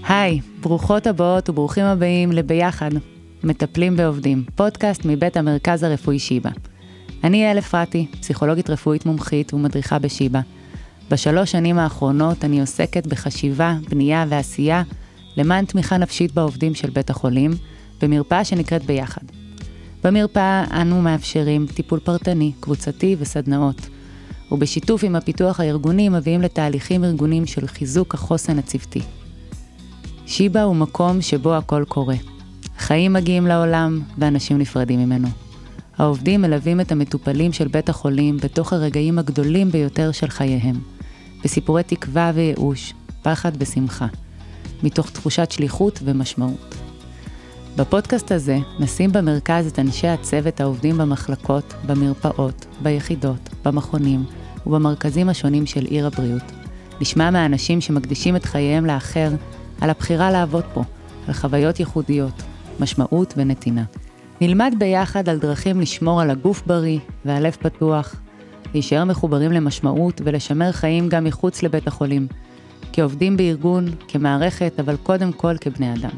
היי, ברוכות הבאות וברוכים הבאים לביחד, מטפלים בעובדים, פודקאסט מבית המרכז הרפואי שיבא. אני יעל אפרתי, פסיכולוגית רפואית מומחית ומדריכה בשיבא. בשלוש שנים האחרונות אני עוסקת בחשיבה, בנייה ועשייה למען תמיכה נפשית בעובדים של בית החולים, במרפאה שנקראת ביחד. במרפאה אנו מאפשרים טיפול פרטני, קבוצתי וסדנאות, ובשיתוף עם הפיתוח הארגוני מביאים לתהליכים ארגוניים של חיזוק החוסן הצוותי. שיבא הוא מקום שבו הכל קורה. חיים מגיעים לעולם ואנשים נפרדים ממנו. העובדים מלווים את המטופלים של בית החולים בתוך הרגעים הגדולים ביותר של חייהם, בסיפורי תקווה וייאוש, פחד ושמחה, מתוך תחושת שליחות ומשמעות. בפודקאסט הזה נשים במרכז את אנשי הצוות העובדים במחלקות, במרפאות, ביחידות, במכונים ובמרכזים השונים של עיר הבריאות. נשמע מהאנשים שמקדישים את חייהם לאחר, על הבחירה לעבוד פה, על חוויות ייחודיות, משמעות ונתינה. נלמד ביחד על דרכים לשמור על הגוף בריא והלב פתוח, להישאר מחוברים למשמעות ולשמר חיים גם מחוץ לבית החולים, כעובדים בארגון, כמערכת, אבל קודם כל כבני אדם.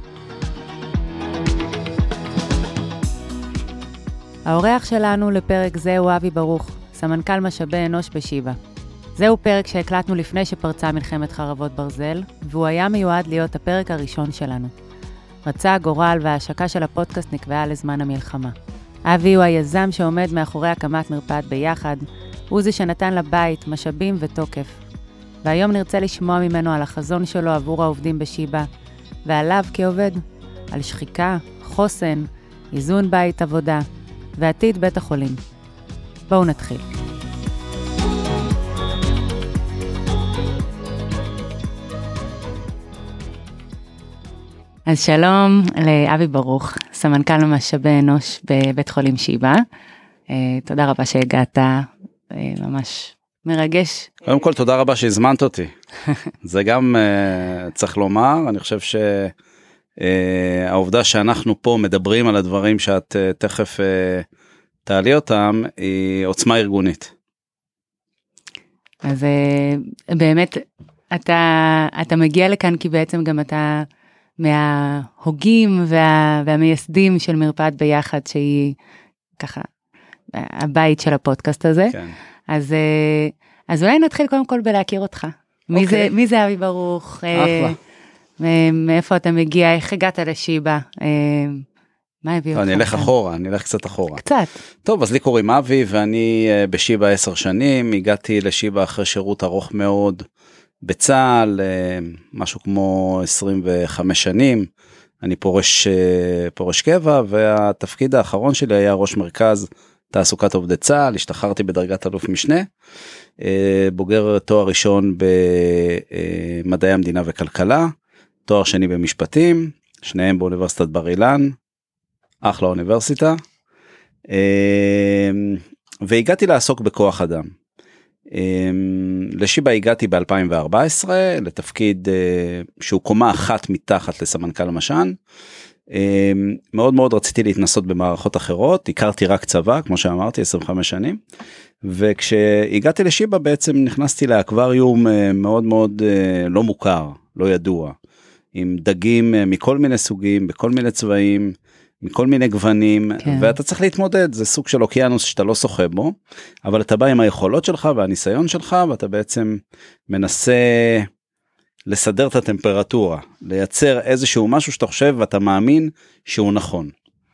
האורח שלנו לפרק זה הוא אבי ברוך, סמנכ"ל משאבי אנוש בשיבא. זהו פרק שהקלטנו לפני שפרצה מלחמת חרבות ברזל, והוא היה מיועד להיות הפרק הראשון שלנו. רצה הגורל וההשקה של הפודקאסט נקבעה לזמן המלחמה. אבי הוא היזם שעומד מאחורי הקמת מרפאת ביחד, הוא זה שנתן לבית משאבים ותוקף. והיום נרצה לשמוע ממנו על החזון שלו עבור העובדים בשיבא, ועליו כעובד, על שחיקה, חוסן, איזון בית עבודה, ועתיד בית החולים. בואו נתחיל. אז שלום לאבי ברוך, סמנכ"ל משאבי אנוש בבית חולים שיבא. תודה רבה שהגעת, ממש מרגש. קודם כל תודה רבה שהזמנת אותי. זה גם צריך לומר, אני חושב שהעובדה שאנחנו פה מדברים על הדברים שאת תכף תעלי אותם, היא עוצמה ארגונית. אז באמת אתה מגיע לכאן כי בעצם גם אתה מההוגים והמייסדים של מרפאת ביחד, שהיא ככה הבית של הפודקאסט הזה. כן. אז אולי נתחיל קודם כל בלהכיר אותך. מי זה אבי ברוך? אחלה. מאיפה אתה מגיע? איך הגעת לשיבא? מה הביא אותך? אני אלך אחורה, אני אלך קצת אחורה. קצת. טוב, אז לי קוראים אבי, ואני בשיבא 10 שנים, הגעתי לשיבא אחרי שירות ארוך מאוד, בצה"ל, משהו כמו 25 שנים, אני פורש קבע, והתפקיד האחרון שלי היה ראש מרכז תעסוקת עובדי צה"ל, השתחררתי בדרגת אלוף משנה, בוגר תואר ראשון במדעי המדינה וכלכלה, תואר שני במשפטים, שניהם באוניברסיטת בר אילן, אחלה אוניברסיטה, והגעתי לעסוק בכוח אדם. לשיבא הגעתי ב-2014 לתפקיד שהוא קומה אחת מתחת לסמנכ"ל מש"ן. מאוד מאוד רציתי להתנסות במערכות אחרות, הכרתי רק צבא כמו שאמרתי 25 שנים, וכשהגעתי לשיבא בעצם נכנסתי לאקווריום מאוד מאוד לא מוכר, לא ידוע, עם דגים מכל מיני סוגים, בכל מיני צבעים, מכל מיני גוונים, כן. ואתה צריך להתמודד, זה סוג של אוקיינוס שאתה לא שוחה בו, אבל אתה בא עם היכולות שלך והניסיון שלך, ואתה בעצם מנסה לסדר את הטמפרטורה, לייצר איזשהו משהו שאתה חושב ואתה מאמין שהוא נכון.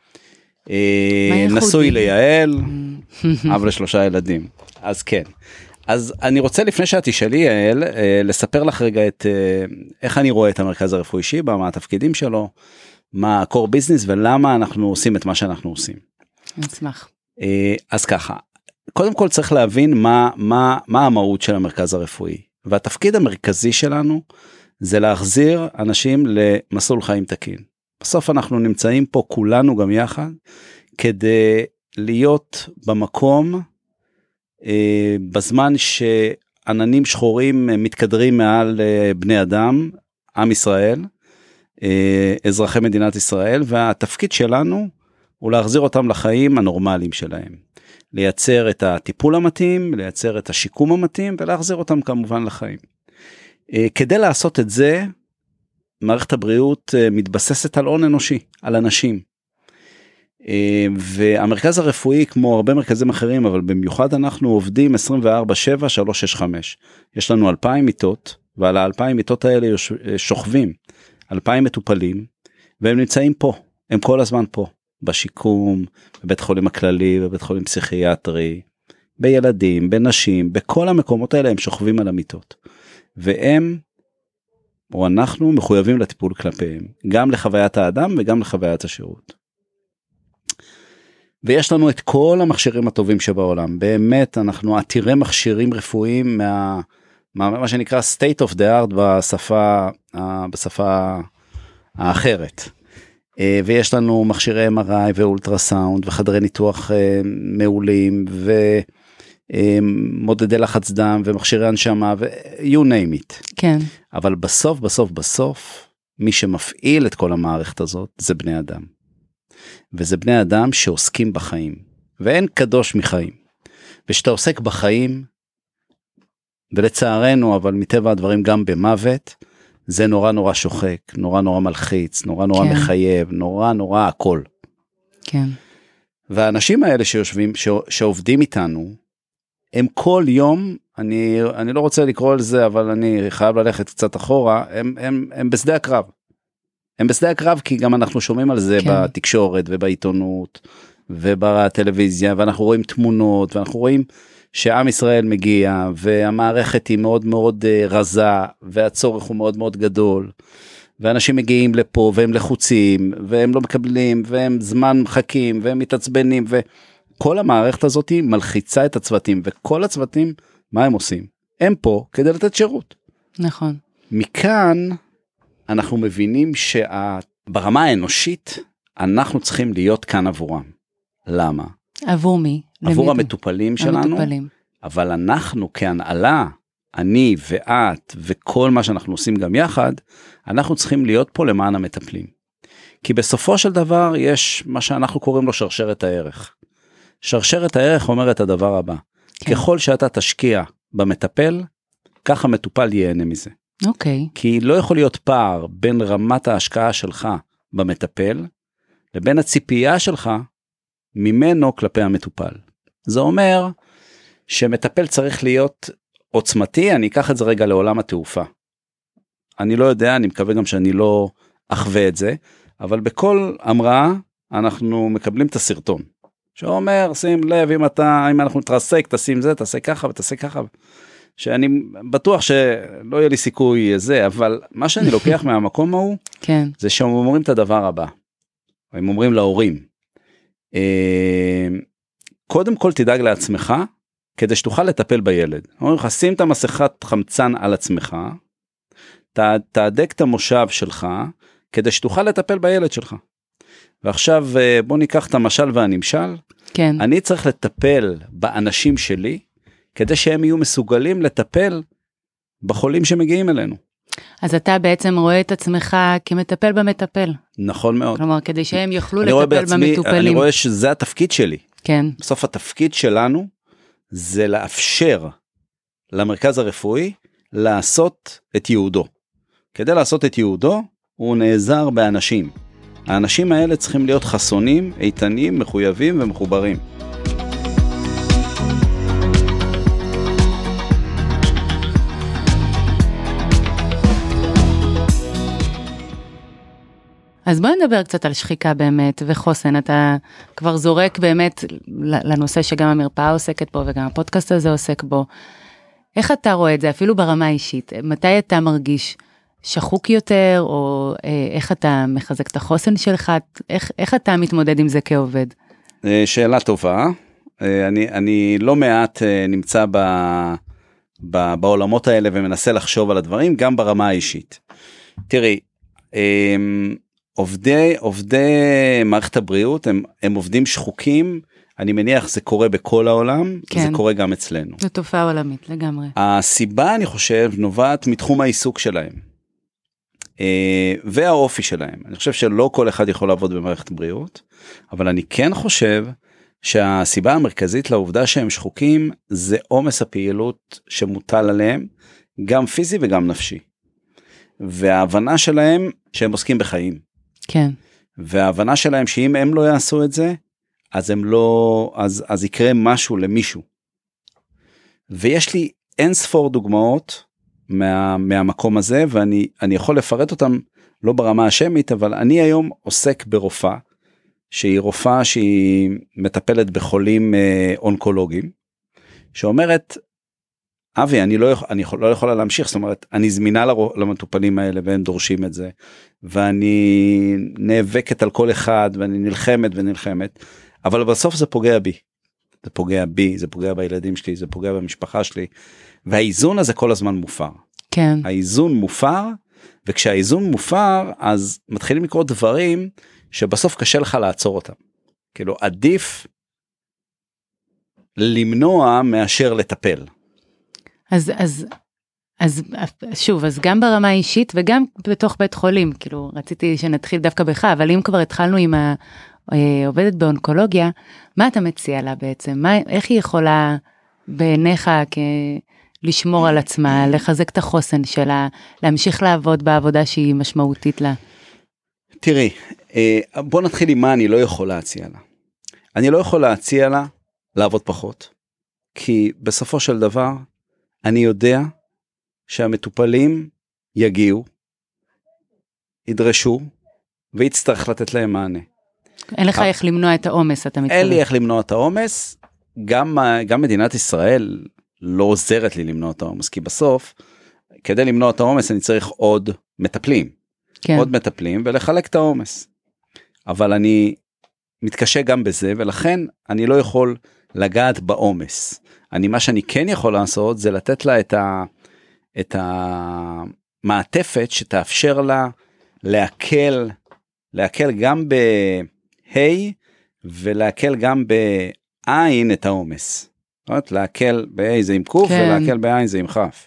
נשוי ליעל, אב ל3 ילדים, אז כן. אז אני רוצה לפני שאת תשאלי יעל, לספר לך רגע איך אני רואה את המרכז הרפואי שיבא, מה התפקידים שלו, מה ה-core business ולמה אנחנו עושים את מה שאנחנו עושים. נשמח. אז ככה, קודם כל צריך להבין מה המהות של המרכז הרפואי, והתפקיד המרכזי שלנו זה להחזיר אנשים למסלול חיים תקין. בסוף אנחנו נמצאים פה כולנו גם יחד, כדי להיות במקום, בזמן שעננים שחורים מתקדרים מעל בני אדם, עם ישראל, אזרחי מדינת ישראל, והתפקיד שלנו הוא להחזיר אותם לחיים הנורמליים שלהם. לייצר את הטיפול המתאים, לייצר את השיקום המתאים, ולהחזיר אותם כמובן לחיים. כדי לעשות את זה, מערכת הבריאות מתבססת על הון אנושי, על אנשים. והמרכז הרפואי, כמו הרבה מרכזים אחרים, אבל במיוחד אנחנו עובדים 24/7, 365. יש לנו 2,000 מיטות, ועל ה-2,000 מיטות האלה שוכבים 2,000 מטופלים, והם נמצאים פה, הם כל הזמן פה, בשיקום, בבית חולים הכללי, בבית חולים פסיכיאטרי, בילדים, בנשים, בכל המקומות האלה הם שוכבים על המיטות. והם, או אנחנו, מחויבים לטיפול כלפיהם, גם לחוויית האדם וגם לחוויית השירות. ויש לנו את כל המכשירים הטובים שבעולם, באמת אנחנו עתירי מכשירים רפואיים מה שנקרא state of the art בשפה האחרת. ויש לנו מכשירי MRI ואולטרסאונד וחדרי ניתוח מעולים ומודדי לחץ דם ומכשירי הנשמה ו-you name it. כן. אבל בסוף מי שמפעיל את כל המערכת הזאת זה בני אדם. וזה בני אדם שעוסקים בחיים. ואין קדוש מחיים. ושאתה עוסק בחיים, ולצערנו, אבל מטבע הדברים גם במוות, זה נורא שוחק, נורא מלחיץ, נורא כן. מחייב, נורא הכל. כן. והאנשים האלה שיושבים, שעובדים איתנו, הם כל יום, אני לא רוצה לקרוא על זה, אבל אני חייב ללכת קצת אחורה, הם בשדה הקרב. הם בשדה הקרב כי גם אנחנו שומעים על זה כן. בתקשורת ובעיתונות ובטלוויזיה, ואנחנו רואים תמונות, ואנחנו רואים שעם ישראל מגיע, והמערכת היא מאוד רזה, והצורך הוא מאוד גדול, ואנשים מגיעים לפה, והם לחוצים, והם לא מקבלים, והם זמן מחכים, והם מתעצבנים, וכל המערכת הזאת היא מלחיצה את הצוותים, וכל הצוותים, מה הם עושים? הם פה כדי לתת שירות. נכון. מכאן אנחנו מבינים שברמה האנושית, אנחנו צריכים להיות כאן עבורם. למה? עבור מי? עבור המטופלים שלנו, אבל אנחנו כהנהלה, אני ואת וכל מה שאנחנו עושים גם יחד, אנחנו צריכים להיות פה למען המטפלים. כי בסופו של דבר יש מה שאנחנו קוראים לו שרשרת הערך. שרשרת הערך אומר את הדבר הבא, כן. ככל שאתה תשקיע במטפל, ככה מטופל ייהנה מזה. אוקיי. כי לא יכול להיות פער בין רמת ההשקעה שלך במטפל, לבין הציפייה שלך ממנו כלפי המטופל. זה אומר שמטפל צריך להיות עוצמתי, אני אקח את זה רגע לעולם התעופה. אני לא יודע, אני מקווה גם שאני לא אחווה את זה, אבל בכל אמרה אנחנו מקבלים את הסרטון, שאומר, שים לב, אם אנחנו נתרסק, תשים זה, תעשה ככה ותעשה ככה, שאני בטוח שלא יהיה לי סיכוי זה, אבל מה שאני לוקח מהמקום ההוא, כן. זה שהם אומרים את הדבר הבא, הם אומרים להורים, קודם כל תדאג לעצמך, כדי שתוכל לטפל בילד. אומרים לך, שים את המסכת חמצן על עצמך, תעדק את המושב שלך, כדי שתוכל לטפל בילד שלך. ועכשיו בוא ניקח את המשל והנמשל, כן. אני צריך לטפל באנשים שלי, כדי שהם יהיו מסוגלים לטפל בחולים שמגיעים אלינו. אז אתה בעצם רואה את עצמך כמטפל במטפל. נכון מאוד. כלומר, כדי שהם יוכלו לטפל במטופלים. אני רואה שזה התפקיד שלי. כן. בסוף התפקיד שלנו, זה לאפשר למרכז הרפואי, לעשות את ייעודו. כדי לעשות את ייעודו, הוא נעזר באנשים. האנשים האלה צריכים להיות חסונים, איתנים, מחויבים ומחוברים. אז בואי נדבר קצת על שחיקה באמת וחוסן, אתה כבר זורק באמת לנושא שגם המרפאה עוסקת בו וגם הפודקאסט הזה עוסק בו. איך אתה רואה את זה, אפילו ברמה האישית? מתי אתה מרגיש שחוק יותר, או איך אתה מחזק את החוסן שלך? איך אתה מתמודד עם זה כעובד? שאלה טובה. אני לא מעט נמצא בעולמות האלה ומנסה לחשוב על הדברים, גם ברמה האישית. תראי, עובדי מערכת הבריאות הם עובדים שחוקים, אני מניח זה קורה בכל העולם, כן. זה קורה גם אצלנו. זו תופעה עולמית לגמרי. הסיבה אני חושב נובעת מתחום העיסוק שלהם, והאופי שלהם. אני חושב שלא כל אחד יכול לעבוד במערכת בריאות, אבל אני כן חושב שהסיבה המרכזית לעובדה שהם שחוקים, זה עומס הפעילות שמוטל עליהם, גם פיזי וגם נפשי. וההבנה שלהם שהם עוסקים בחיים. כן. וההבנה שלהם שאם הם לא יעשו את זה, אז הם לא, אז יקרה משהו למישהו. ויש לי אין ספור דוגמאות מהמקום הזה, ואני יכול לפרט אותם לא ברמה השמית, אבל אני היום עוסק ברופאה, שהיא רופאה שהיא מטפלת בחולים אונקולוגיים, שאומרת, אבי, אני לא יכולה להמשיך, זאת אומרת, אני זמינה למטופלים האלה, והם דורשים את זה, ואני נאבקת על כל אחד, ואני נלחמת, אבל בסוף זה פוגע בי. זה פוגע בי, זה פוגע בילדים שלי, זה פוגע במשפחה שלי, והאיזון הזה כל הזמן מופר. כן. האיזון מופר, וכשהאיזון מופר, אז מתחילים לקרות דברים, שבסוף קשה לך לעצור אותם. כאילו, עדיף למנוע מאשר לטפל. אז שוב, אז גם ברמה האישית, וגם בתוך בית חולים, כאילו, רציתי שנתחיל דווקא בך, אבל אם כבר התחלנו עם עובדת באונקולוגיה, מה אתה מציע לה בעצם? איך היא יכולה בעיניך לשמור על עצמה, לחזק את החוסן שלה, להמשיך לעבוד בעבודה שהיא משמעותית לה? תראי, בוא נתחיל עם מה אני לא יכול להציע לה. אני לא יכול להציע לה לעבוד פחות, כי בסופו של דבר, אני יודע שהמטופלים יגיעו, ידרשו, ויצטרך לתת להם מענה. אין לך איך למנוע את העומס, אתה מתכוון. אין לי איך למנוע את העומס, גם מדינת ישראל לא עוזרת לי למנוע את העומס, כי בסוף, כדי למנוע את העומס, אני צריך עוד מטפלים. כן. עוד מטפלים, ולחלק את העומס. אבל אני מתקשה גם בזה, ולכן אני לא יכול לגעת בעומס. מה שאני כן יכול לעשות, זה לתת לה את המעטפת, שתאפשר לה להקל גם בהי, ולהקל גם בעין את העומס. זאת אומרת, להקל בהי זה עם קוף, כן. ולהקל בעין זה עם חף.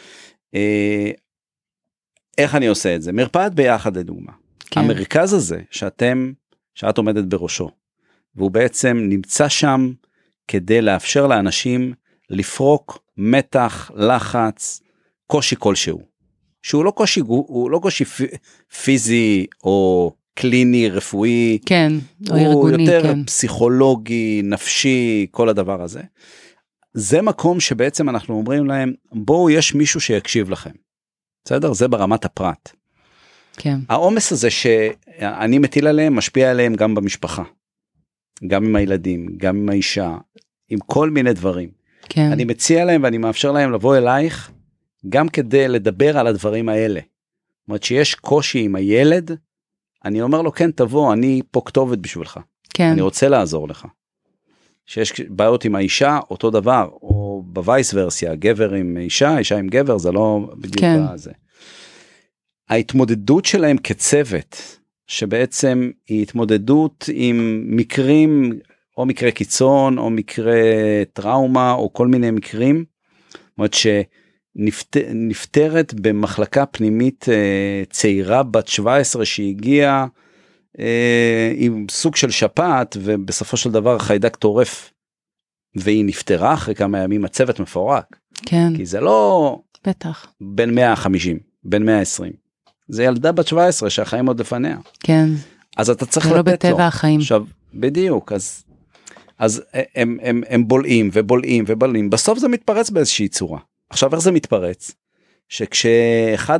איך אני עושה את זה? מרפאת ביחד לדוגמה. כן. המרכז הזה שאת עומדת בראשו, והוא בעצם נמצא שם כדי לאפשר לאנשים לפרוק מתח, לחץ, קושי כלשהו. שהוא לא קושי פיזי או קליני, רפואי. כן, או ארגוני. הוא יותר כן. פסיכולוגי, נפשי, כל הדבר הזה. זה מקום שבעצם אנחנו אומרים להם, בואו יש מישהו שיקשיב לכם. בסדר? זה ברמת הפרט. כן. העומס הזה שאני מטיל עליהם, משפיע עליהם גם במשפחה. גם עם הילדים, גם עם האישה, עם כל מיני דברים. כן. אני מציע להם ואני מאפשר להם לבוא אלייך, גם כדי לדבר על הדברים האלה. זאת אומרת שיש קושי עם הילד, אני אומר לו, כן, תבוא, אני פה כתובת בשבילך. כן. אני רוצה לעזור לך. שיש בעיות עם האישה, אותו דבר, או בווייס ורסיה, גבר עם אישה, אישה עם גבר, זה לא בדיוק כן. זה. ההתמודדות שלהם כצוות, שבעצם היא התמודדות עם מקרים, או מקרה קיצון, או מקרה טראומה, או כל מיני מקרים, זאת אומרת שנפטרת במחלקה פנימית צעירה בת 17 שהגיעה עם סוג של שפעת, ובסופו של דבר חיידק טורף, והיא נפטרה אחרי כמה ימים, הצוות מפורק. כן. כי זה לא... בטח. בין 150, בין 120. זה ילדה בת 17 שהחיים עוד לפניה. כן. אז אתה צריך לתת לו. זה לא בטבע החיים. עכשיו, בדיוק, אז הם בולעים ובולעים ובולעים, בסוף זה מתפרץ באיזושהי צורה. עכשיו איך זה מתפרץ? שכשאחד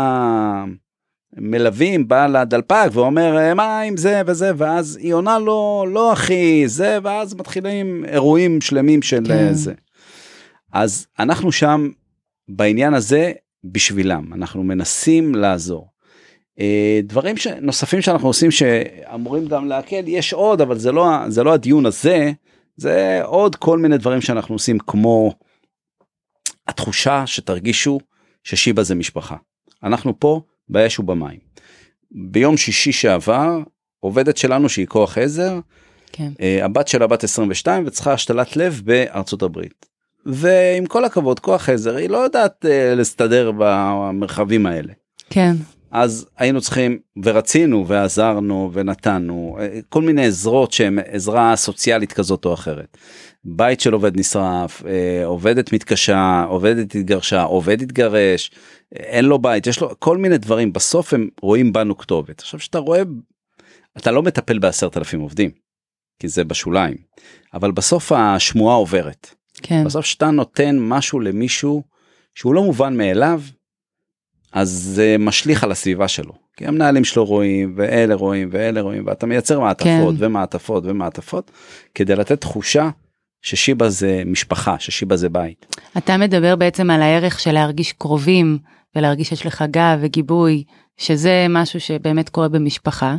המלווים בא לדלפק ואומר מה עם זה וזה, ואז היא עונה לו, לא אחי, זה, ואז מתחילים אירועים שלמים של כן. זה. אז אנחנו שם בעניין הזה בשבילם, אנחנו מנסים לעזור. דברים נוספים שאנחנו עושים שאמורים גם להקל, יש עוד, אבל זה לא הדיון הזה, זה עוד כל מיני דברים שאנחנו עושים, כמו התחושה שתרגישו ששיבה זה משפחה. אנחנו פה באש ובמים. ביום שישי שעבר, עובדת שלנו שהיא כוח עזר, כן. הבת שלה בת 22 וצריכה השתלת לב בארצות הברית. ועם כל הכבוד, כוח עזר, היא לא יודעת להסתדר במרחבים האלה. כן. אז היינו צריכים, ורצינו, ועזרנו, ונתנו, כל מיני עזרות שהן עזרה סוציאלית כזאת או אחרת. בית של עובד נשרף, עובדת מתקשה, עובדת התגרשה, עובד התגרש, אין לו בית, יש לו כל מיני דברים, בסוף הם רואים בנו כתובת. עכשיו שאתה רואה, אתה לא מטפל ב10,000 עובדים, כי זה בשוליים, אבל בסוף השמועה עוברת. כן. בסוף שאתה נותן משהו למישהו שהוא לא מובן מאליו, אז זה משליך על הסביבה שלו. כי המנהלים שלו רואים, ואלה רואים, ואלה רואים, ואתה מייצר מעטפות, כן. ומעטפות, ומעטפות, כדי לתת תחושה ששיבה זה משפחה, ששיבה זה בית. אתה מדבר בעצם על הערך של להרגיש קרובים, ולהרגיש שיש לך גב וגיבוי, שזה משהו שבאמת קורה במשפחה.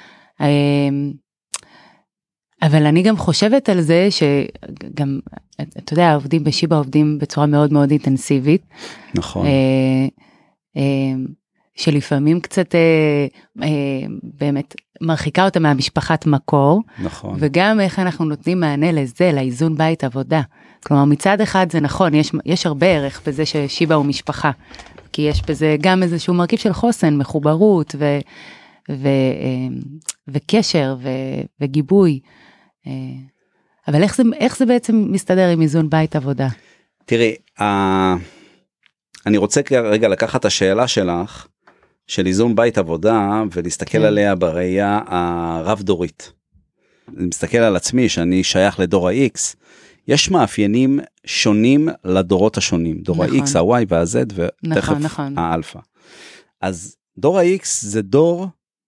אבל אני גם חושבת על זה שגם, אתה יודע, העובדים בשיבה עובדים בצורה מאוד מאוד אינטנסיבית. נכון. שלפעמים קצת באמת מרחיקה אותה מהמשפחת מקור. נכון. וגם איך אנחנו נותנים מענה לזה, לאיזון בית עבודה. כלומר, מצד אחד זה נכון, יש הרבה ערך בזה ששיבה הוא משפחה. כי יש בזה גם איזשהו מרכיב של חוסן, מחוברות וקשר וגיבוי. אבל איך זה בעצם מסתדר עם איזון בית עבודה? תראי, אני רוצה רגע לקחת את השאלה שלך, של איזון בית עבודה, ולהסתכל עליה בראייה הרב דורית. אני מסתכל על עצמי, שאני שייך לדור ה-X, יש מאפיינים שונים לדורות השונים, דור ה-X, ה-Y וה-Z, ותכף האלפא. אז דור ה-X זה דור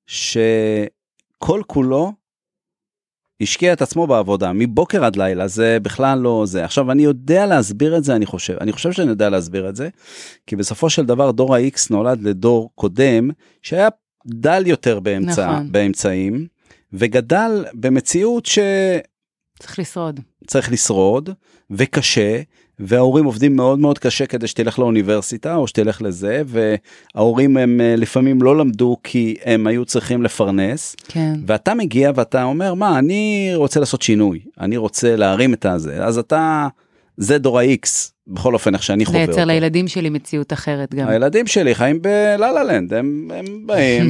שכל כולו השקיע את עצמו בעבודה, מבוקר עד לילה, זה בכלל לא זה. עכשיו, אני יודע להסביר את זה, אני חושב שאני יודע להסביר את זה, כי בסופו של דבר דור ה-X נולד לדור קודם, שהיה דל יותר באמצעים, וגדל במציאות צריך לשרוד, וקשה, וההורים עובדים מאוד מאוד קשה כדי שתלך לאוניברסיטה, או שתלך לזה, וההורים הם לפעמים לא למדו, כי הם היו צריכים לפרנס, כן. ואתה מגיע ואתה אומר, מה, אני רוצה לעשות שינוי, אני רוצה להרים את הזה, אז זה דור ה-X, בכל אופן איך שאני חווה אותו. לייצר לילדים שלי מציאות אחרת גם. הילדים שלי חיים בללה-לנד, הם באים,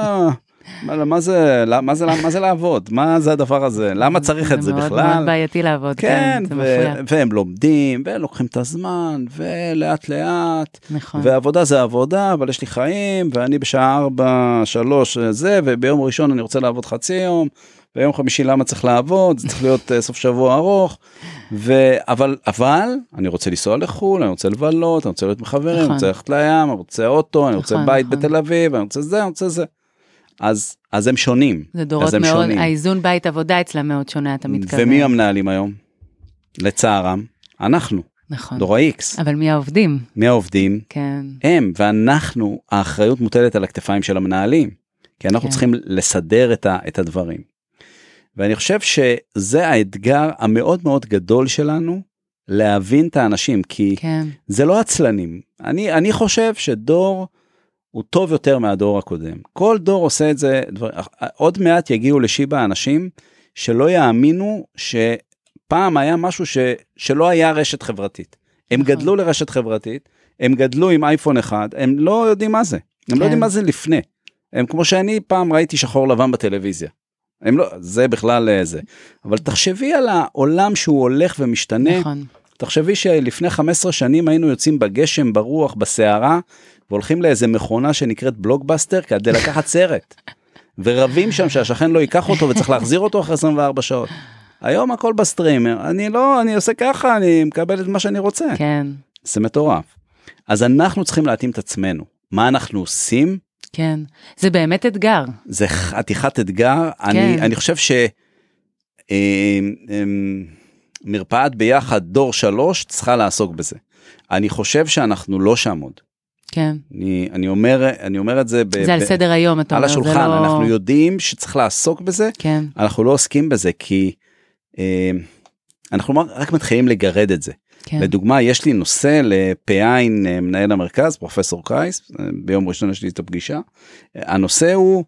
מה זה לעבוד? מה זה הדבר הזה? למה צריך את זה בכלל? זה מאוד מאוד בעייתי לעבוד, כן, זה מפריע. והם לומדים, והם לוקחים את הזמן, ולאט לאט, ועבודה זה עבודה, אבל יש לי חיים, ואני בשעה 4, 3 זה, וביום ראשון אני רוצה לעבוד חצי יום, ביום חמישי למה צריך לעבוד? זה צריך להיות סוף שבוע ארוך, אבל אני רוצה לנסוע לחול, אני רוצה לבלות, אני רוצה להיות מחברים, אני רוצה ללכת לים, אני רוצה אוטו, אני רוצה בית בתל אביב, אני רוצה זה, אני רוצה זה. אז הם שונים. זה דורות מאוד, האיזון בית עבודה אצלה מאוד שונה, אתה מתכוון. ומי המנהלים היום? לצערם, אנחנו. נכון. דור ה-X. אבל מי העובדים? מי העובדים? כן. הם, ואנחנו, האחריות מוטלת על הכתפיים של המנהלים, כי אנחנו צריכים לסדר את הדברים. ואני חושב שזה האתגר המאוד מאוד גדול שלנו, להבין את האנשים, כי זה לא עצלנים. אני חושב שדור הוא טוב יותר מהדור הקודם. כל דור עושה את זה, עוד מעט יגיעו לשיבה אנשים שלא יאמינו שפעם היה משהו שלא היה רשת חברתית. הם גדלו לרשת חברתית, הם גדלו עם אייפון אחד, הם לא יודעים מה זה. הם לא יודעים מה זה לפני. הם כמו שאני פעם ראיתי שחור לבן בטלוויזיה. הם לא, זה בכלל זה. אבל תחשבי על העולם שהוא הולך ומשתנה. נכון. תחשבי שלפני 15 שנים היינו יוצאים בגשם, ברוח, בסערה, והולכים לאיזה מכונה שנקראת בלוקבאסטר, כדי לקחת סרט. ורבים שם שהשכן לא ייקח אותו, וצריך להחזיר אותו אחרי 24 שעות. היום הכל בסטרימר. אני עושה ככה, אני מקבל את מה שאני רוצה. כן. זה מטורף. אז אנחנו צריכים להתאים את עצמנו. מה אנחנו עושים? כן. זה באמת אתגר. זה חתיכת אתגר. כן. אני חושב מרפאת ביחד דור 3 צריכה לעסוק בזה. אני חושב שאנחנו לא שם עוד. כן. אני אומר את זה זה על סדר היום, אתה אומר, על השולחן, לא... אנחנו יודעים שצריך לעסוק בזה, כן. אנחנו לא עוסקים בזה, כי אנחנו רק מתחילים לגרד את זה. כן. לדוגמה, יש לי נושא לפעין מנהל המרכז, פרופסור קרייס, ביום ראשון יש לי את הפגישה, הנושא הוא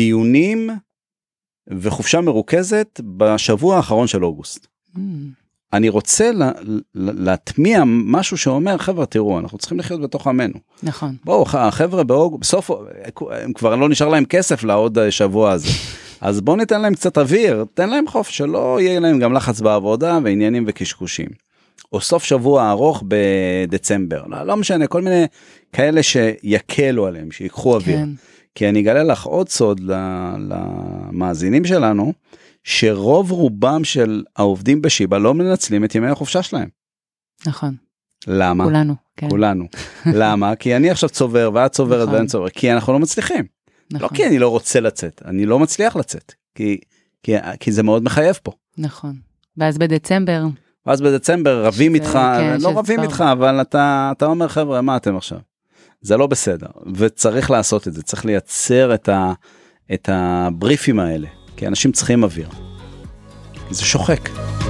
דיונים וחופשה מרוכזת בשבוע האחרון של אוגוסט. אני רוצה להטמיע משהו שאומר, חבר'ה, תראו, אנחנו צריכים לחיות בתוך עמנו. נכון. בואו, החבר'ה בסוף, הם כבר לא נשאר להם כסף לעוד שבוע הזה. אז בואו ניתן להם קצת אוויר, תן להם חופש, שלא יהיה להם גם לחץ בעבודה ועניינים וקשקושים. או סוף שבוע ארוך בדצמבר. לא משנה, כל מיני כאלה שיקלו עליהם, שיקחו אוויר. כן. כי אני אגלה לך עוד סוד למאזינים שלנו, שרוב רובם של העובדים בשיבה לא מנצלים את ימי החופשה שלהם. נכון. למה? כולנו. כן. כולנו. למה? כי אני עכשיו צובר, ואת צוברת ואני צובר, כי אנחנו לא מצליחים. נכון. לא כי אני לא רוצה לצאת, אני לא מצליח לצאת, כי זה מאוד מחייב פה. נכון. ואז בדצמבר רבים איתך, כן, לא רבים איתך, אבל אתה אומר, חבר'ה, מה אתם עכשיו? זה לא בסדר, וצריך לעשות את זה, צריך לייצר את הבריפים האלה, כי אנשים צריכים אוויר. כי זה שוחק.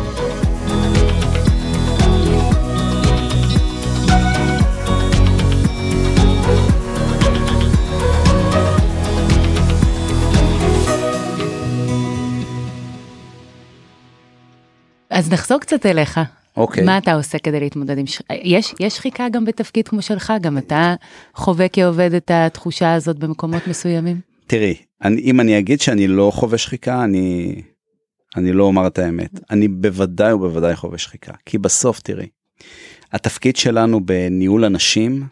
אז נחזור קצת אליך. אוקיי. מה אתה עושה כדי להתמודד עם יש שחיקה גם בתפקיד כמו שלך? גם אתה חווה כעובד את התחושה הזאת במקומות מסוימים? תראי, אם אני אגיד שאני לא חווה שחיקה, אני לא אומר את האמת. אני בוודאי ובוודאי חווה שחיקה. כי בסוף, תראי, התפקיד שלנו בניהול אנשים,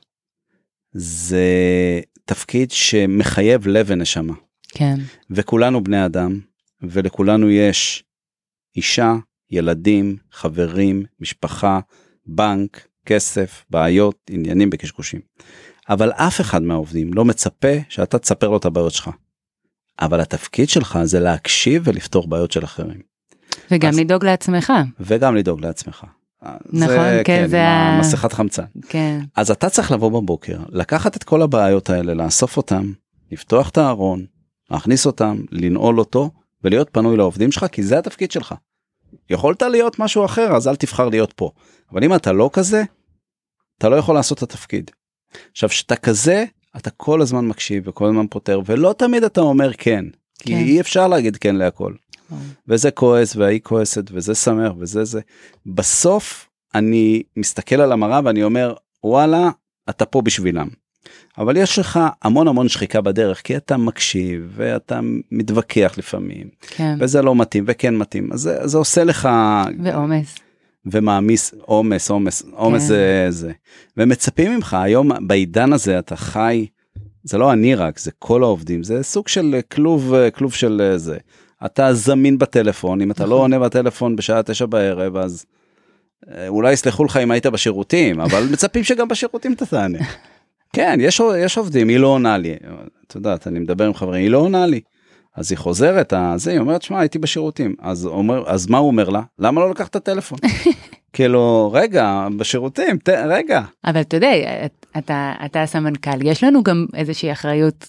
זה תפקיד שמחייב לב ונשמה. כן. וכולנו בני אדם, ולכולנו יש אישה, ילדים, חברים, משפחה, בנק, כסף, בעיות, עניינים בקשקושים. אבל אף אחד מהעובדים לא מצפה שאתה תספר לו את הבעיות שלך. אבל התפקיד שלך זה להקשיב ולפתור בעיות של אחרים. וגם לדאוג לעצמך. וגם לדאוג לעצמך. נכון, כן, זה מסכת חמצן. כן. אז אתה צריך לבוא בבוקר, לקחת את כל הבעיות האלה, לאסוף אותם, לפתוח את הארון, להכניס אותם, לנעול אותו, ולהיות פנוי לעובדים שלך, כי זה התפקיד שלך. יכולת להיות משהו אחר, אז אל תבחר להיות פה. אבל אם אתה לא כזה, אתה לא יכול לעשות את התפקיד. עכשיו, שאתה כזה, אתה כל הזמן מקשיב וכל הזמן פותר, ולא תמיד אתה אומר כן. כי אי אפשר להגיד כן להכל. וזה כועס, והיא כועסת, וזה שמח, וזה זה. בסוף, אני מסתכל על המראה, ואני אומר, וואלה, אתה פה בשבילם. אבל יש לך המון שחיקה בדרך, כי אתה מקשיב, ואתה מתווכח לפעמים, כן. וזה לא מתאים, וכן מתאים, אז זה עושה לך... ועומס. ומעמיס, עומס כן. זה. ומצפים ממך, היום בעידן הזה אתה חי, זה לא אני רק, זה כל העובדים, זה סוג של כלוב של זה. אתה זמין בטלפון, אם אתה לא עונה בטלפון בשעה 9 בערב, אז אולי יסלחו לך אם היית בשירותים, אבל מצפים שגם בשירותים אתה תענה. כן, יש עובדים, היא לא עונה לי, אתה יודעת, אני מדבר עם חברים, היא לא עונה לי, אז היא חוזרת, היא אומרת, שמע, הייתי בשירותים, אז מה הוא אומר לה? למה לא לקח את הטלפון? כאילו, רגע, בשירותים, רגע. אבל אתה יודע, אתה הסמנכ"ל, יש לנו גם איזושהי אחריות,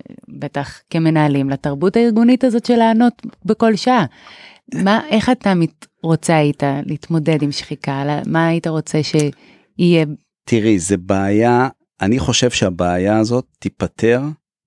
בטח כמנהלים, לתרבות הארגונית הזאת של לענות בכל שעה. איך אתה רוצה היית להתמודד עם שחיקה? מה היית רוצה שיהיה? תראי, זה בעיה, אני חושב שהבעיה הזאת תיפטר,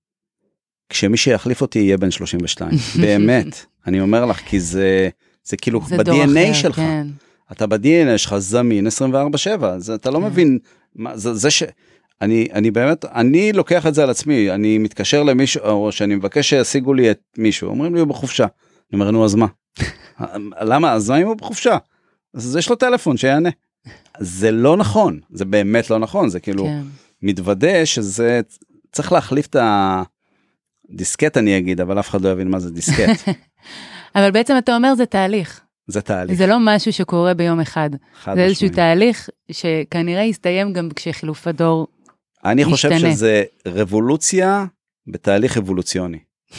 כשמי שיחליף אותי יהיה בן 32. באמת, אני אומר לך, כי זה כאילו ב-DNA שלך. כן. אתה ב-DNA שלך זמין 24/7, אתה לא מבין, זה אני באמת, אני לוקח את זה על עצמי, אני מתקשר למישהו, או שאני מבקש שישיגו לי את מישהו, אומרים לי הוא בחופשה, אני אומר, נו, אז מה? למה? אז מה אם הוא בחופשה? אז יש לו טלפון שיענה. זה לא נכון, זה באמת לא נכון, זה כאילו מתוודא שזה, צריך להחליף את הדיסקט אני אגיד, אבל אף אחד לא יבין מה זה דיסקט. אבל בעצם אתה אומר זה תהליך. זה תהליך. זה לא משהו שקורה ביום אחד. זה איזשהו תהליך שכנראה יסתיים גם כשחילוף הדור משתנה. אני חושב שזה רבולוציה בתהליך אבולוציוני.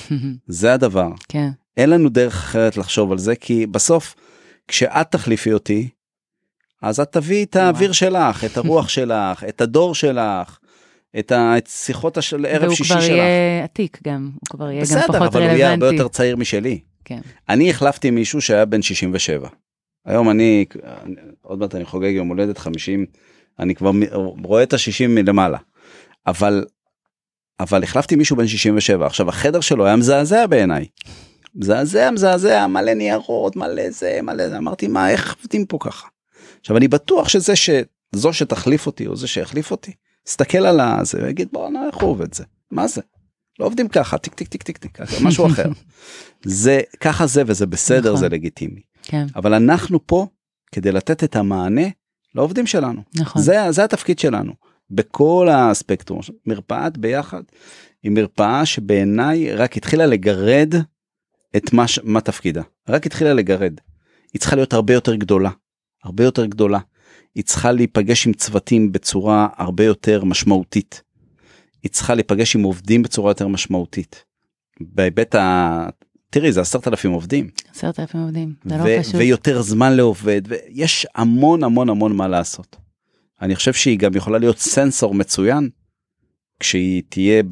זה הדבר. כן. אין לנו דרך אחרת לחשוב על זה, כי בסוף, כשאת תחליפי אותי, אז את תביא את האוויר שלך, את הרוח שלך, את הדור שלך, את שיחות של ערב שישי שלך. והוא כבר יהיה עתיק גם, הוא כבר יהיה גם פחות רלוונטי. בסדר, אבל הוא יהיה הרבה יותר צעיר משלי. כן. אני החלפתי מישהו שהיה בן 67. היום עוד מעט אני חוגג יום הולדת 50, אני כבר רואה את ה-60 מלמעלה. אבל החלפתי מישהו בן 67. עכשיו, החדר שלו היה מזעזע בעיניי. מזעזע, מלא ניירות, מלא זה, אמרתי, מה, איך עובדים פה ככה? עכשיו, אני בטוח זו שתחליף אותי, או זה שיחליף אותי, סתכל על זה, ויגיד, בוא, איך הוא עובד זה? מה זה? לא עובדים ככה, טיק, טיק, טיק, טיק, טיק, משהו אחר. זה, ככה זה, וזה בסדר, נכון. זה לגיטימי. כן. אבל אנחנו פה, כדי לתת את המענה, לעובדים שלנו. נכון. זה התפקיד שלנו. בכל הספקטרום, מרפאת ביחד, היא מרפאה שבעיניי רק התחילה לגרד את מה תפקידה. רק התחילה לגרד. היא צריכה להיות הרבה יותר גדולה. הרבה יותר גדולה. היא צריכה להיפגש עם צוותים בצורה הרבה יותר משמעותית. היא צריכה להיפגש עם עובדים בצורה יותר משמעותית. בהיבט תראי, זה 10,000 עובדים. 10,000 עובדים, זה לא פשוט. ויותר זמן לעובד, ויש המון המון המון מה לעשות. אני חושב שהיא גם יכולה להיות סנסור מצוין, כשהיא תהיה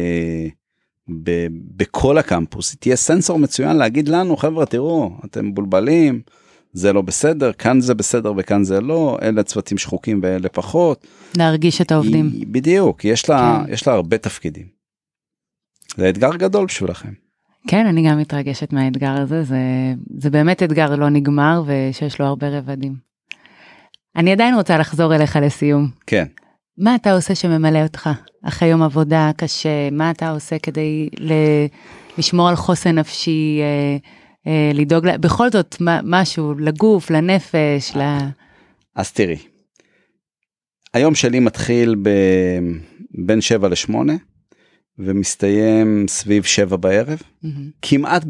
בכל הקמפוס, היא תהיה סנסור מצוין להגיד לנו, חבר'ה, תראו, אתם בולבלים, זה לא בסדר, כאן זה בסדר וכאן זה לא, אלה צוותים שחוקים ואלה פחות. להרגיש את העובדים. בדיוק, יש לה הרבה תפקידים. זה אתגר גדול בשבילכם. כן, אני גם מתרגשת מהאתגר הזה, זה באמת אתגר לא נגמר ושיש לו הרבה רבדים. אני עדיין רוצה לחזור אליך לסיום. כן. מה אתה עושה שממלא אותך? אחרי יום עבודה קשה, מה אתה עושה כדי לשמור על חוסן נפשי, לדאוג, בכל זאת משהו, לגוף, לנפש, אז תראי, היום שלי מתחיל בין 7 ל-8, ומסתיים סביב 7 בערב, כמעט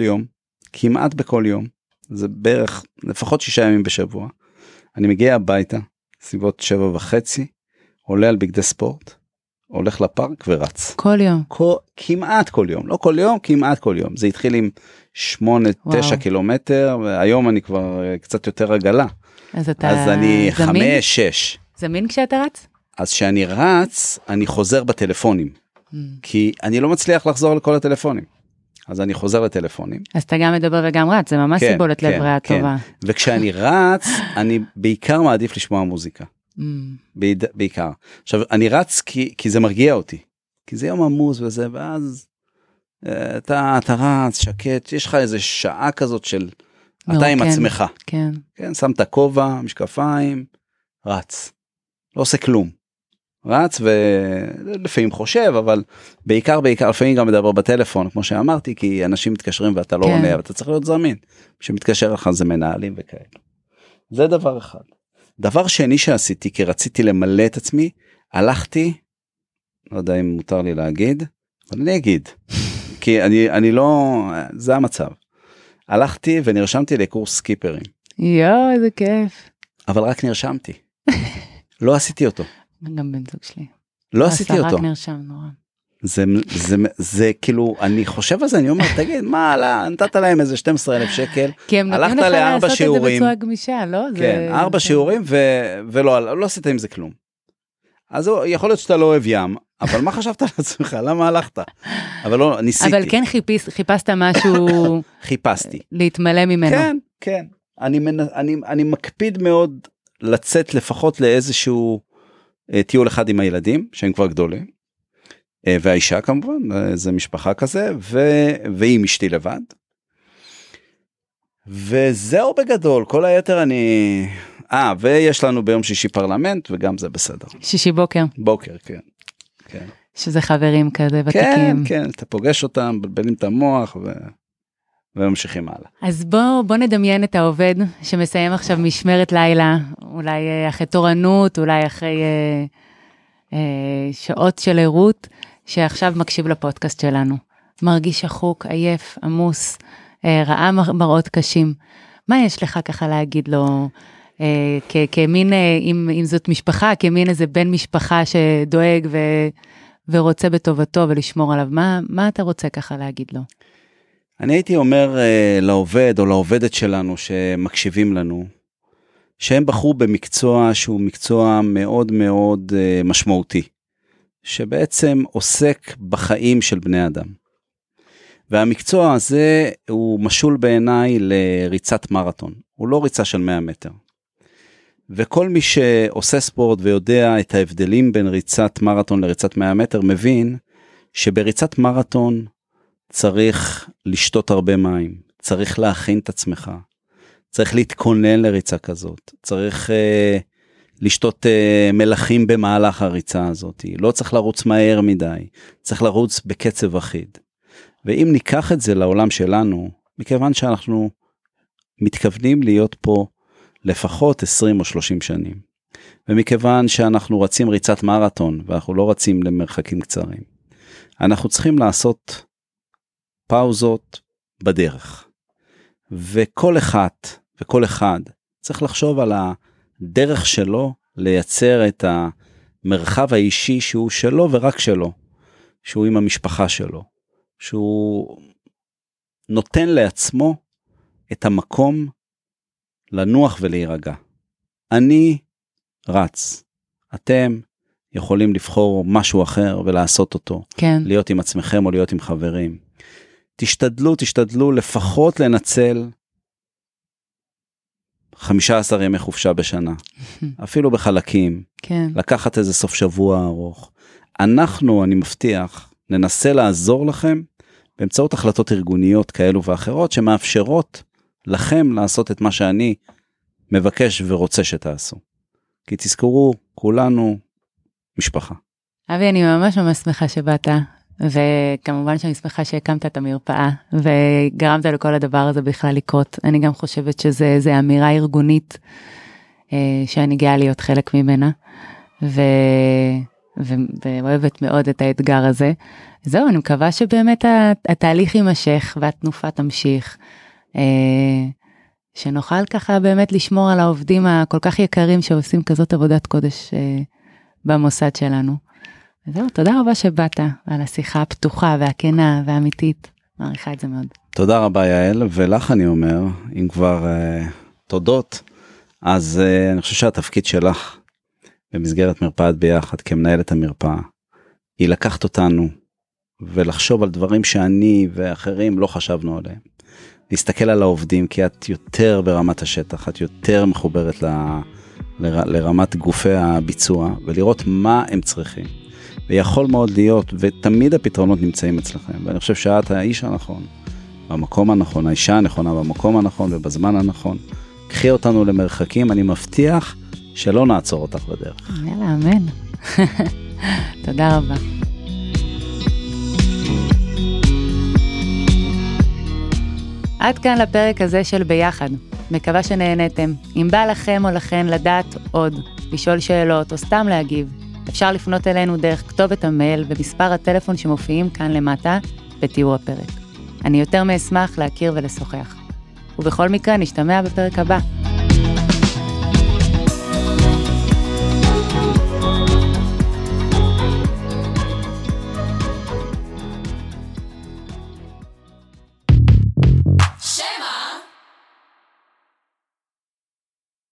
בכל יום, זה בערך לפחות 6 ימים בשבוע, אני מגיע הביתה, סביבות 7:30, עולה על בגדי ספורט, הולך לפארק ורץ. כל יום? כמעט כל יום, לא כל יום, כמעט כל יום. זה התחיל עם 8-9 קילומטר, והיום אני כבר קצת יותר עגלה. אז אני 5-6. זמין כשאתה רץ? אז כשאני רץ, אני חוזר בטלפונים. כי אני לא מצליח לחזור לכל הטלפונים. אז אני חוזר לטלפונים. אז אתה גם מדבר וגם רץ, זה ממש סיבולת לבריאה טובה. וכשאני רץ, אני בעיקר מעדיף לשמוע מוזיקה. בעיקר. עכשיו, אני רץ כי זה מרגיע אותי. כי זה יום עמוס וזה, ואז אתה רץ, שקט, יש לך איזו שעה כזאת של אתה עם עצמך. כן. כן, שם את הכובע, משקפיים, רץ. לא עושה כלום. רץ ולפעמים חושב, אבל בעיקר, לפעמים גם מדבר בטלפון, כמו שאמרתי, כי אנשים מתקשרים ואתה לא עונה, ואתה צריך להיות זמין. שמתקשר לך זה מנהלים וכאלה. זה דבר אחד. דבר שני שעשיתי, כי רציתי למלא את עצמי, הלכתי, לא יודע אם מותר לי להגיד, אבל אני אגיד, כי אני לא, זה המצב. הלכתי ונרשמתי לקורס סקיפרים. יואו, איזה כיף. אבל רק נרשמתי. לא עשיתי אותו. גם בן זוג שלי. לא עשיתי אותו. רק נרשם נורא. זה כאילו, אני חושב על זה, אני אומר, תגיד, מה, נתת להם איזה 12,000 שקל, כי הם נותנים לך לעשות את זה בצורה גמישה, לא? כן, 4 שיעורים, ולא עשית עם זה כלום. אז יכול להיות שאתה לא אוהב ים, אבל מה חשבת על עצמך? למה הלכת? אבל לא, ניסיתי. אבל כן חיפשת משהו... חיפשתי. להתמלא ממנו. כן, כן. אני מקפיד מאוד לצאת לפחות לאיזשהו טיול אחד עם הילדים, שהם כבר גדולים. והאישה כמובן, זה משפחה כזה, ועם אשתי לבד. וזהו בגדול, כל היתר ויש לנו ביום שישי פרלמנט, וגם זה בסדר. שישי בוקר. בוקר, כן. כן. שזה חברים כזה ותיקים. כן, כן, אתה פוגש אותם, בלבלים את המוח, וממשיכים הלאה. אז בוא נדמיין את העובד, שמסיים עכשיו משמרת לילה, אולי אחרי תורנות, אולי אחרי שעות של עירות, שעכשיו מקשיב לפודקאסט שלנו. מרגיש שחוק, עייף, עמוס, ראה מראות קשים. מה יש לך ככה להגיד לו, כמין, אם זאת משפחה, כמין איזה בן משפחה שדואג ורוצה בטובתו ולשמור עליו, מה אתה רוצה ככה להגיד לו? אני הייתי אומר לעובד או לעובדת שלנו שמקשיבים לנו, שהם בחרו במקצוע שהוא מקצוע מאוד מאוד משמעותי. שבעצם עוסק בחיים של בני אדם. והמקצוע הזה הוא משול בעיניי לריצת מרתון. הוא לא ריצה של 100 מטר. וכל מי שעושה ספורט ויודע את ההבדלים בין ריצת מרתון לריצת 100 מטר, מבין שבריצת מרתון צריך לשתות הרבה מים, צריך להכין את עצמך, צריך להתכונן לריצה כזאת, צריך לשתות מלחים במהלך הריצה הזאת, לא צריך לרוץ מהר מדי, צריך לרוץ בקצב אחיד. ואם ניקח את זה לעולם שלנו, מכיוון שאנחנו מתכוונים להיות פה לפחות 20 או 30 שנים, ומכיוון שאנחנו רצים ריצת מרתון, ואנחנו לא רצים למרחקים קצרים, אנחנו צריכים לעשות פאוזות בדרך. וכל אחד צריך לחשוב על הדרך שלו, לייצר את המרחב האישי שהוא שלו ורק שלו, שהוא עם המשפחה שלו, שהוא נותן לעצמו את המקום לנוח ולהירגע. אני רץ, אתם יכולים לבחור משהו אחר ולעשות אותו, כן. להיות עם עצמכם או להיות עם חברים. תשתדלו לפחות לנצל 15 ימי חופשה בשנה, אפילו בחלקים, כן. לקחת איזה סוף שבוע ארוך. אני מבטיח, ננסה לעזור לכם באמצעות החלטות ארגוניות כאלו ואחרות, שמאפשרות לכם לעשות את מה שאני מבקש ורוצה שתעשו. כי תזכרו, כולנו משפחה. אבי, אני ממש שמחה שבאת, וכמובן שאני שמחה שהקמת את המרפאה, וגרמת לכל הדבר הזה בכלל לקרות. אני גם חושבת שזה אמירה ארגונית, שאני גאה להיות חלק ממנה, ואוהבת מאוד את האתגר הזה. זהו, אני מקווה שבאמת התהליך יימשך, והתנופה תמשיך, שנוכל ככה באמת לשמור על העובדים הכל כך יקרים, שעושים כזאת עבודת קודש במוסד שלנו. וזהו, תודה רבה שבאת על השיחה הפתוחה והכנה והאמיתית. מעריכה את זה מאוד. תודה רבה יעל, ולך אני אומר, אם כבר תודות, אז אני חושב שהתפקיד שלך במסגרת מרפאת ביחד כמנהלת המרפאה, היא לקחת אותנו ולחשוב על דברים שאני ואחרים לא חשבנו עליהם. להסתכל על העובדים, כי את יותר ברמת השטח, את יותר מחוברת לרמת גופי הביצוע, ולראות מה הם צריכים. ויכול מאוד להיות, ותמיד הפתרונות נמצאים אצלכם, ואני חושב שאת האיש הנכון, במקום הנכון, האישה הנכונה במקום הנכון ובזמן הנכון. קחי אותנו למרחקים, אני מבטיח שלא נעצור אותך בדרך. יאללה, אמן. תודה רבה. עד כאן לפרק הזה של ביחד. מקווה שנהנתם. אם בא לכם או לכן לדעת עוד, לשאול שאלות או סתם להגיב, אפשר לפנות אלינו דרך כתובת המייל ומספר הטלפון שמופיעים כאן למטה בתיאור הפרק. אני יותר מאשמח להכיר ולשוחח. ובכל מקרה נשתמע בפרק הבא.